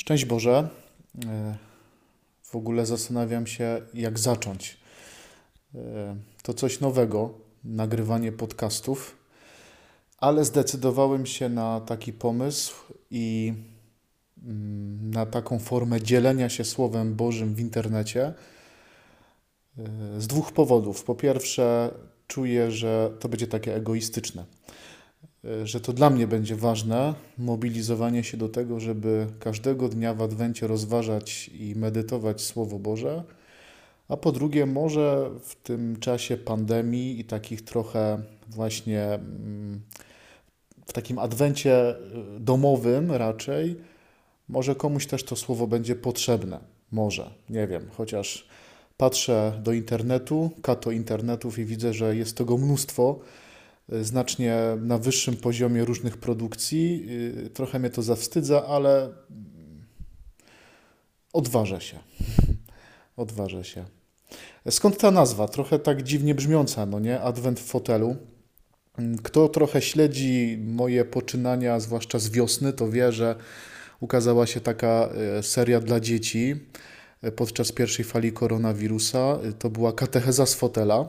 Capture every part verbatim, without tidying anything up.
Szczęść Boże. W ogóle zastanawiam się, jak zacząć. To coś nowego, nagrywanie podcastów, ale zdecydowałem się na taki pomysł i na taką formę dzielenia się Słowem Bożym w internecie z dwóch powodów. Po pierwsze, czuję, że to będzie takie egoistyczne, że to dla mnie będzie ważne, mobilizowanie się do tego, żeby każdego dnia w Adwencie rozważać i medytować Słowo Boże, a po drugie, może w tym czasie pandemii i takich trochę właśnie w takim Adwencie domowym raczej, może komuś też to słowo będzie potrzebne. Może, nie wiem, chociaż patrzę do internetu, kato internetów i widzę, że jest tego mnóstwo, znacznie na wyższym poziomie różnych produkcji. Trochę mnie to zawstydza, ale odważę się. Odważę się. Skąd ta nazwa? Trochę tak dziwnie brzmiąca, no nie? Adwent w fotelu. Kto trochę śledzi moje poczynania, zwłaszcza z wiosny, to wie, że ukazała się taka seria dla dzieci podczas pierwszej fali koronawirusa. To była katecheza z fotela.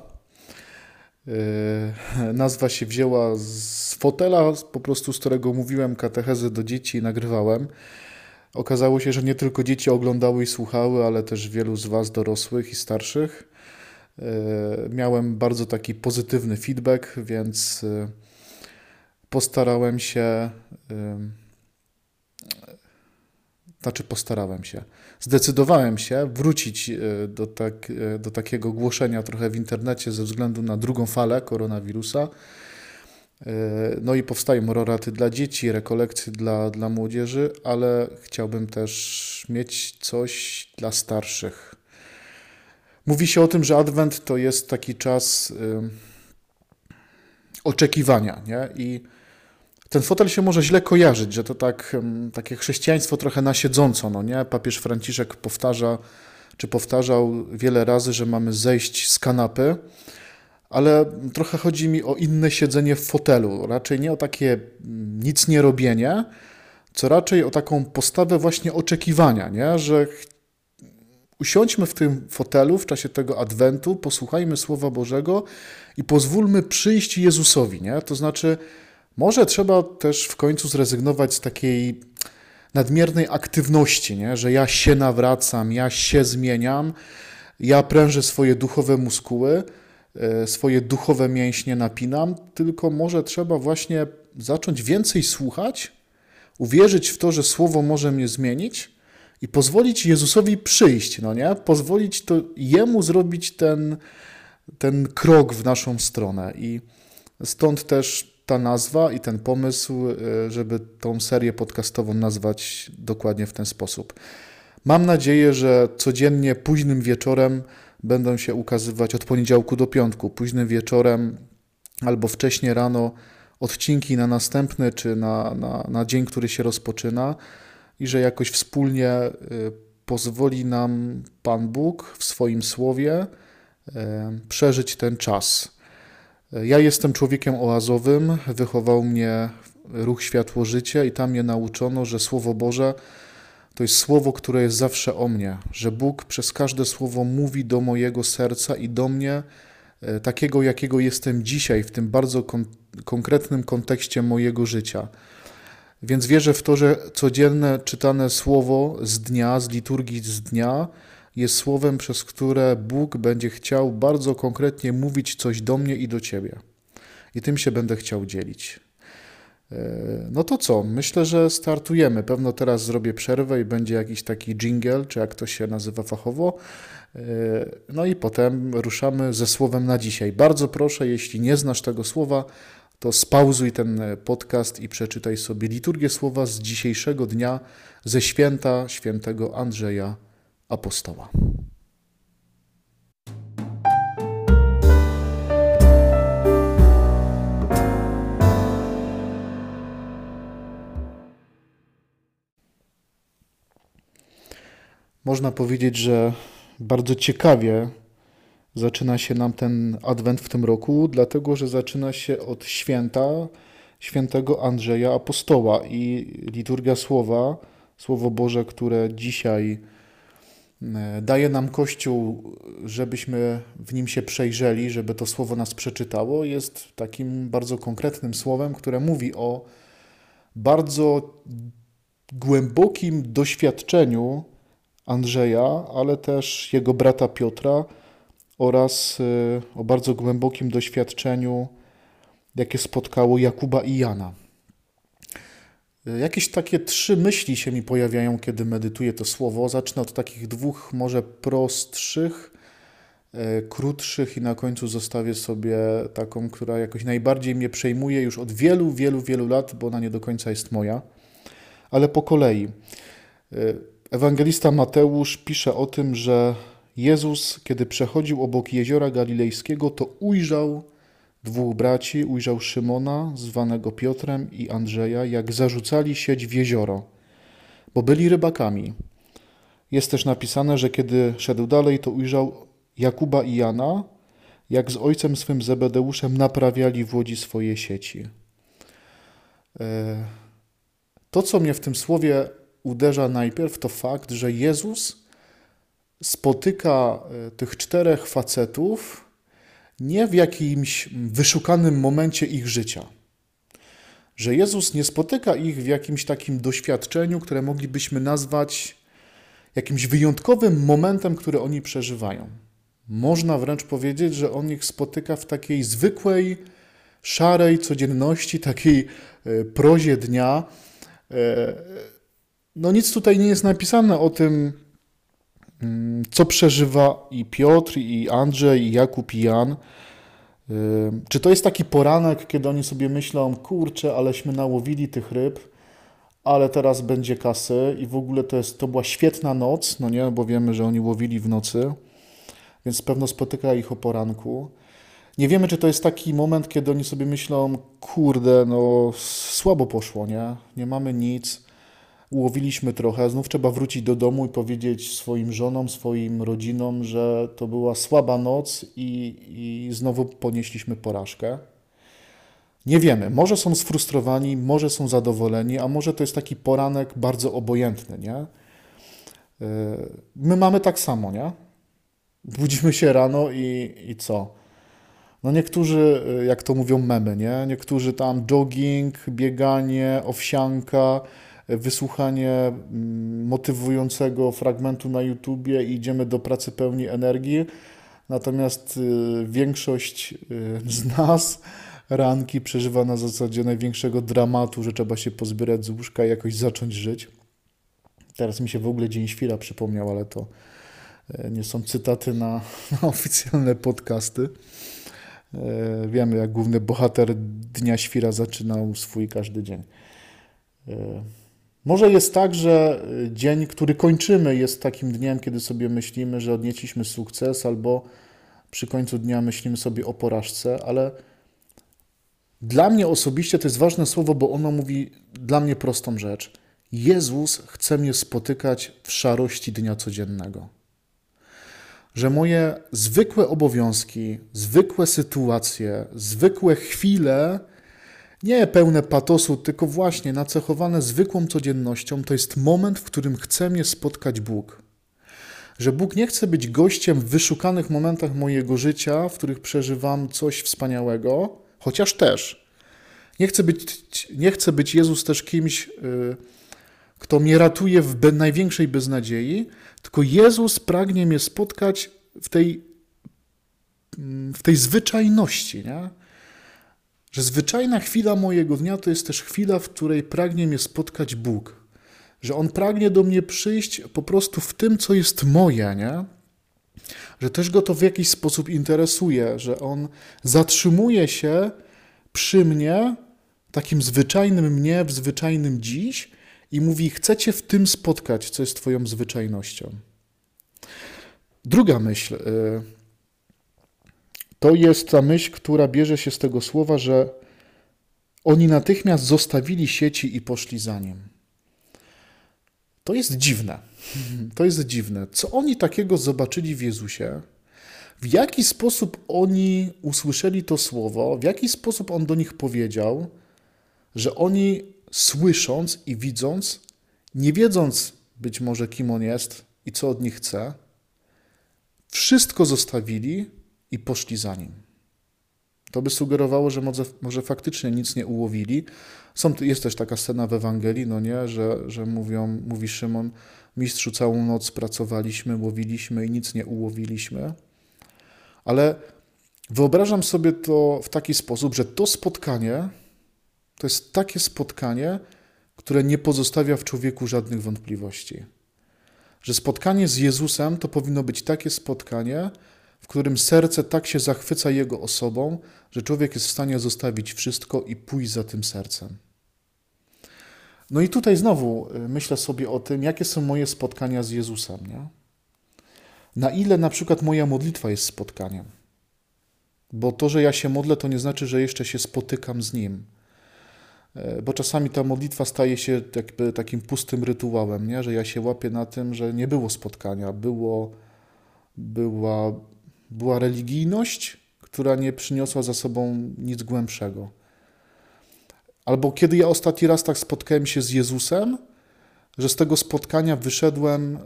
Nazwa się wzięła z fotela, po prostu z którego mówiłem katechezy do dzieci i nagrywałem. Okazało się, że nie tylko dzieci oglądały i słuchały, ale też wielu z Was dorosłych i starszych. Miałem bardzo taki pozytywny feedback, więc postarałem się, znaczy postarałem się, zdecydowałem się wrócić do, tak, do takiego głoszenia trochę w internecie ze względu na drugą falę koronawirusa. No i powstają roraty dla dzieci, rekolekcje dla, dla młodzieży, ale chciałbym też mieć coś dla starszych. Mówi się o tym, że Adwent to jest taki czas y, oczekiwania, nie? I ten fotel się może źle kojarzyć, że to tak, y, takie chrześcijaństwo trochę na siedząco, no nie? Papież Franciszek powtarza, czy powtarzał wiele razy, że mamy zejść z kanapy, ale trochę chodzi mi o inne siedzenie w fotelu. Raczej nie o takie nic nie robienie, co raczej o taką postawę właśnie oczekiwania, nie? Że usiądźmy w tym fotelu w czasie tego Adwentu, posłuchajmy Słowa Bożego i pozwólmy przyjść Jezusowi, nie? To znaczy, może trzeba też w końcu zrezygnować z takiej nadmiernej aktywności, nie? Że ja się nawracam, ja się zmieniam, ja prężę swoje duchowe muskuły, swoje duchowe mięśnie napinam, tylko może trzeba właśnie zacząć więcej słuchać, uwierzyć w to, że Słowo może mnie zmienić i pozwolić Jezusowi przyjść, no nie? Pozwolić to Jemu zrobić ten, ten krok w naszą stronę. I stąd też ta nazwa i ten pomysł, żeby tą serię podcastową nazwać dokładnie w ten sposób. Mam nadzieję, że codziennie późnym wieczorem będą się ukazywać od poniedziałku do piątku, późnym wieczorem albo wcześnie rano odcinki na następny czy na, na, na dzień, który się rozpoczyna i że jakoś wspólnie pozwoli nam Pan Bóg w swoim słowie przeżyć ten czas. Ja jestem człowiekiem oazowym, wychował mnie ruch Światło Życie i tam mnie nauczono, że Słowo Boże to jest słowo, które jest zawsze o mnie, że Bóg przez każde słowo mówi do mojego serca i do mnie takiego, jakiego jestem dzisiaj, w tym bardzo kon- konkretnym kontekście mojego życia. Więc wierzę w to, że codzienne czytane słowo z dnia, z liturgii z dnia jest słowem, przez które Bóg będzie chciał bardzo konkretnie mówić coś do mnie i do Ciebie. I tym się będę chciał dzielić. No to co? Myślę, że startujemy. Pewno teraz zrobię przerwę i będzie jakiś taki jingle, czy jak to się nazywa fachowo. No i potem ruszamy ze słowem na dzisiaj. Bardzo proszę, jeśli nie znasz tego słowa, to spauzuj ten podcast i przeczytaj sobie liturgię słowa z dzisiejszego dnia ze święta świętego Andrzeja Apostoła. Można powiedzieć, że bardzo ciekawie zaczyna się nam ten Adwent w tym roku, dlatego że zaczyna się od święta świętego Andrzeja Apostoła i liturgia słowa Słowo Boże, które dzisiaj daje nam Kościół, żebyśmy w nim się przejrzeli, żeby to słowo nas przeczytało, jest takim bardzo konkretnym słowem, które mówi o bardzo głębokim doświadczeniu Andrzeja, ale też jego brata Piotra oraz o bardzo głębokim doświadczeniu, jakie spotkało Jakuba i Jana. Jakieś takie trzy myśli się mi pojawiają, kiedy medytuję to słowo. Zacznę od takich dwóch może prostszych, e, krótszych i na końcu zostawię sobie taką, która jakoś najbardziej mnie przejmuje już od wielu, wielu, wielu lat, bo ona nie do końca jest moja. Ale po kolei. E, Ewangelista Mateusz pisze o tym, że Jezus, kiedy przechodził obok jeziora galilejskiego, to ujrzał dwóch braci, ujrzał Szymona, zwanego Piotrem, i Andrzeja, jak zarzucali sieć w jezioro, bo byli rybakami. Jest też napisane, że kiedy szedł dalej, to ujrzał Jakuba i Jana, jak z ojcem swym Zebedeuszem naprawiali w łodzi swoje sieci. To, co mnie w tym słowie uderza najpierw, to fakt, że Jezus spotyka tych czterech facetów nie w jakimś wyszukanym momencie ich życia. Że Jezus nie spotyka ich w jakimś takim doświadczeniu, które moglibyśmy nazwać jakimś wyjątkowym momentem, który oni przeżywają. Można wręcz powiedzieć, że on ich spotyka w takiej zwykłej, szarej codzienności, takiej prozie dnia. No nic tutaj nie jest napisane o tym, co przeżywa i Piotr, i Andrzej, i Jakub, i Jan. Czy to jest taki poranek, kiedy oni sobie myślą, kurczę, aleśmy nałowili tych ryb, ale teraz będzie kasy i w ogóle to, jest, to była świetna noc, no nie, bo wiemy, że oni łowili w nocy, więc pewno spotyka ich o poranku. Nie wiemy, czy to jest taki moment, kiedy oni sobie myślą, kurde, no słabo poszło, nie, nie mamy nic, ułowiliśmy trochę, znów trzeba wrócić do domu i powiedzieć swoim żonom, swoim rodzinom, że to była słaba noc i, i znowu ponieśliśmy porażkę. Nie wiemy, może są sfrustrowani, może są zadowoleni, a może to jest taki poranek bardzo obojętny, nie? My mamy tak samo, nie? Budzimy się rano i, i co? No niektórzy, jak to mówią memy, nie? Niektórzy tam jogging, bieganie, owsianka, wysłuchanie motywującego fragmentu na YouTubie i idziemy do pracy pełni energii. Natomiast większość z nas ranki przeżywa na zasadzie największego dramatu, że trzeba się pozbierać z łóżka i jakoś zacząć żyć. Teraz mi się w ogóle Dzień Świra przypomniał, ale to nie są cytaty na, na oficjalne podcasty. Wiemy, jak główny bohater Dnia Świra zaczynał swój każdy dzień. Może jest tak, że dzień, który kończymy, jest takim dniem, kiedy sobie myślimy, że odnieśliśmy sukces, albo przy końcu dnia myślimy sobie o porażce, ale dla mnie osobiście to jest ważne słowo, bo ono mówi dla mnie prostą rzecz. Jezus chce mnie spotykać w szarości dnia codziennego. Że moje zwykłe obowiązki, zwykłe sytuacje, zwykłe chwile, nie pełne patosu, tylko właśnie nacechowane zwykłą codziennością, to jest moment, w którym chce mnie spotkać Bóg. Że Bóg nie chce być gościem w wyszukanych momentach mojego życia, w których przeżywam coś wspaniałego, chociaż też. Nie chce być, nie chce być Jezus też kimś, yy, kto mnie ratuje w be, największej beznadziei, tylko Jezus pragnie mnie spotkać w tej, w tej zwyczajności, nie? Że zwyczajna chwila mojego dnia to jest też chwila, w której pragnie mnie spotkać Bóg. Że On pragnie do mnie przyjść po prostu w tym, co jest moje, nie? Że też Go to w jakiś sposób interesuje, że On zatrzymuje się przy mnie, takim zwyczajnym mnie, w zwyczajnym dziś i mówi, chcę Cię w tym spotkać, co jest Twoją zwyczajnością. Druga myśl, to jest ta myśl, która bierze się z tego słowa, że oni natychmiast zostawili sieci i poszli za Nim. To jest dziwne. To jest dziwne. Co oni takiego zobaczyli w Jezusie? W jaki sposób oni usłyszeli to słowo? W jaki sposób On do nich powiedział, że oni słysząc i widząc nie wiedząc być może, kim On jest i co od nich chce, wszystko zostawili i poszli za Nim. To by sugerowało, że może, może faktycznie nic nie ułowili. Są, jest też taka scena w Ewangelii, no nie, że, że mówią, mówi Szymon, mistrzu, całą noc pracowaliśmy, łowiliśmy i nic nie ułowiliśmy. Ale wyobrażam sobie to w taki sposób, że to spotkanie to jest takie spotkanie, które nie pozostawia w człowieku żadnych wątpliwości. Że spotkanie z Jezusem to powinno być takie spotkanie, w którym serce tak się zachwyca Jego osobą, że człowiek jest w stanie zostawić wszystko i pójść za tym sercem. No i tutaj znowu myślę sobie o tym, jakie są moje spotkania z Jezusem. Nie? Na ile na przykład moja modlitwa jest spotkaniem. Bo to, że ja się modlę, to nie znaczy, że jeszcze się spotykam z Nim. Bo czasami ta modlitwa staje się jakby takim pustym rytuałem, nie? Że ja się łapię na tym, że nie było spotkania, było, była, była religijność, która nie przyniosła za sobą nic głębszego. Albo kiedy ja ostatni raz tak spotkałem się z Jezusem, że z tego spotkania wyszedłem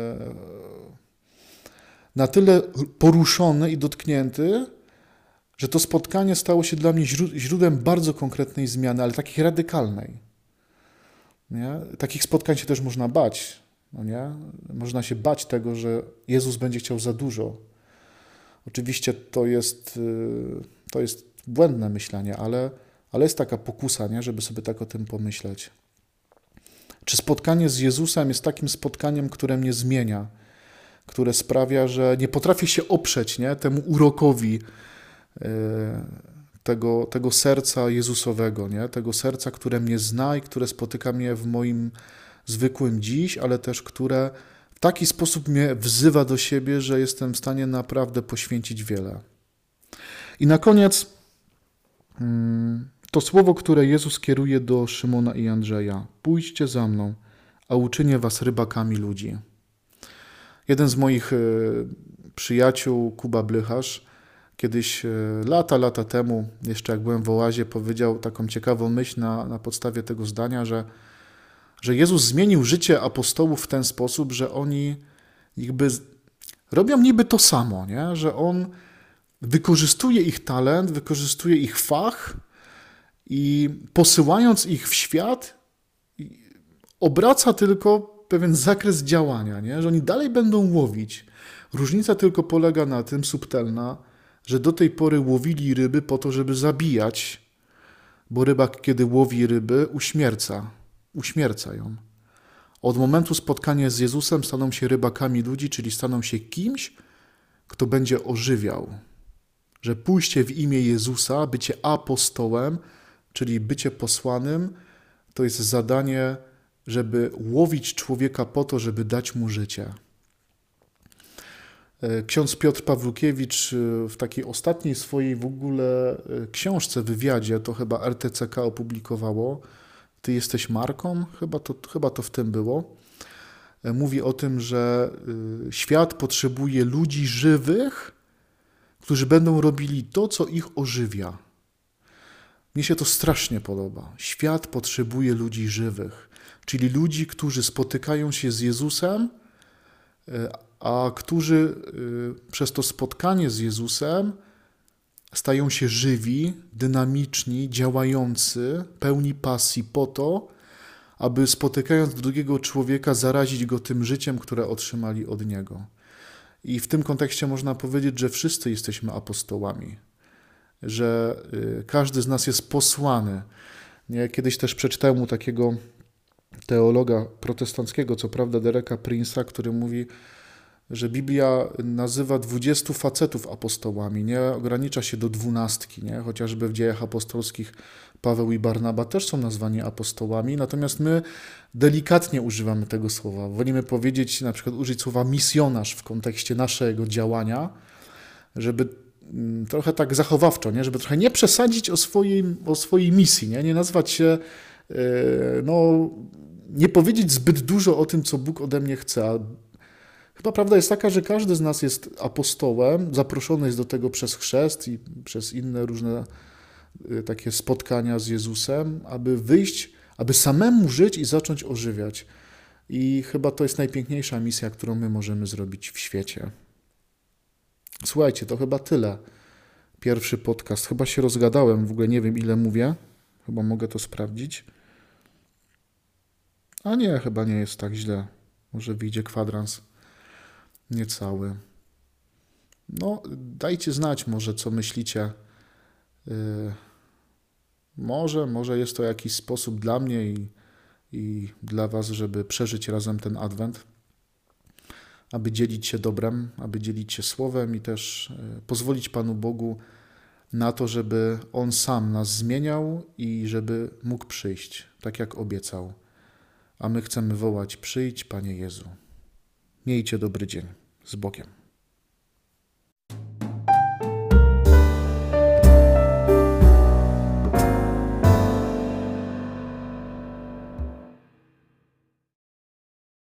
na tyle poruszony i dotknięty, że to spotkanie stało się dla mnie źródłem bardzo konkretnej zmiany, ale takiej radykalnej. Nie? Takich spotkań się też można bać. No nie? Można się bać tego, że Jezus będzie chciał za dużo. Oczywiście to jest, to jest błędne myślenie, ale, ale jest taka pokusa, nie? Żeby sobie tak o tym pomyśleć. Czy spotkanie z Jezusem jest takim spotkaniem, które mnie zmienia, które sprawia, że nie potrafię się oprzeć, nie? Temu urokowi Tego, tego serca Jezusowego, nie? Tego serca, które mnie zna i które spotyka mnie w moim zwykłym dziś, ale też które w taki sposób mnie wzywa do siebie, że jestem w stanie naprawdę poświęcić wiele. I na koniec to słowo, które Jezus kieruje do Szymona i Andrzeja. Pójdźcie za mną, a uczynię was rybakami ludzi. Jeden z moich przyjaciół, Kuba Blycharz, kiedyś lata, lata temu, jeszcze jak byłem w oazie, powiedział taką ciekawą myśl na, na podstawie tego zdania, że, że Jezus zmienił życie apostołów w ten sposób, że oni jakby robią niby to samo, nie? Że On wykorzystuje ich talent, wykorzystuje ich fach i posyłając ich w świat, obraca tylko pewien zakres działania, nie? Że oni dalej będą łowić. Różnica tylko polega na tym, subtelna, że do tej pory łowili ryby po to, żeby zabijać, bo rybak, kiedy łowi ryby, uśmierca, uśmierca ją. Od momentu spotkania z Jezusem staną się rybakami ludzi, czyli staną się kimś, kto będzie ożywiał. Że pójście w imię Jezusa, bycie apostołem, czyli bycie posłanym, to jest zadanie, żeby łowić człowieka po to, żeby dać mu życie. Ksiądz Piotr Pawlukiewicz w takiej ostatniej swojej w ogóle książce, wywiadzie, to chyba R T C K opublikowało, Ty jesteś marką, chyba to, chyba to w tym było, mówi o tym, że świat potrzebuje ludzi żywych, którzy będą robili to, co ich ożywia. Mnie się to strasznie podoba. Świat potrzebuje ludzi żywych, czyli ludzi, którzy spotykają się z Jezusem, a którzy przez to spotkanie z Jezusem stają się żywi, dynamiczni, działający, pełni pasji po to, aby spotykając drugiego człowieka zarazić go tym życiem, które otrzymali od Niego. I w tym kontekście można powiedzieć, że wszyscy jesteśmy apostołami, że każdy z nas jest posłany. Nie? Kiedyś też przeczytałem u takiego teologa protestanckiego, co prawda Dereka Prince'a, który mówi, że Biblia nazywa dwudziestu facetów apostołami, nie ogranicza się do dwunastki, nie? Chociażby w dziejach apostolskich Paweł i Barnaba też są nazwani apostołami, natomiast my delikatnie używamy tego słowa. Wolimy powiedzieć, na przykład użyć słowa misjonarz w kontekście naszego działania, żeby trochę tak zachowawczo, nie? Żeby trochę nie przesadzić o swojej, o swojej misji, nie? Nie nazwać się, no, nie powiedzieć zbyt dużo o tym, co Bóg ode mnie chce. Chyba prawda jest taka, że każdy z nas jest apostołem, zaproszony jest do tego przez chrzest i przez inne różne takie spotkania z Jezusem, aby wyjść, aby samemu żyć i zacząć ożywiać. I chyba to jest najpiękniejsza misja, którą my możemy zrobić w świecie. Słuchajcie, to chyba tyle. Pierwszy podcast. Chyba się rozgadałem, w ogóle nie wiem ile mówię. Chyba mogę to sprawdzić. A nie, chyba nie jest tak źle. Może wyjdzie kwadrans niecały. No, dajcie znać może, co myślicie. Yy, może, może jest to jakiś sposób dla mnie i, i dla was, żeby przeżyć razem ten Adwent, aby dzielić się dobrem, aby dzielić się słowem i też yy, pozwolić Panu Bogu na to, żeby On sam nas zmieniał i żeby mógł przyjść, tak jak obiecał. A my chcemy wołać: przyjdź, Panie Jezu. Miejcie dobry dzień. Z Bogiem.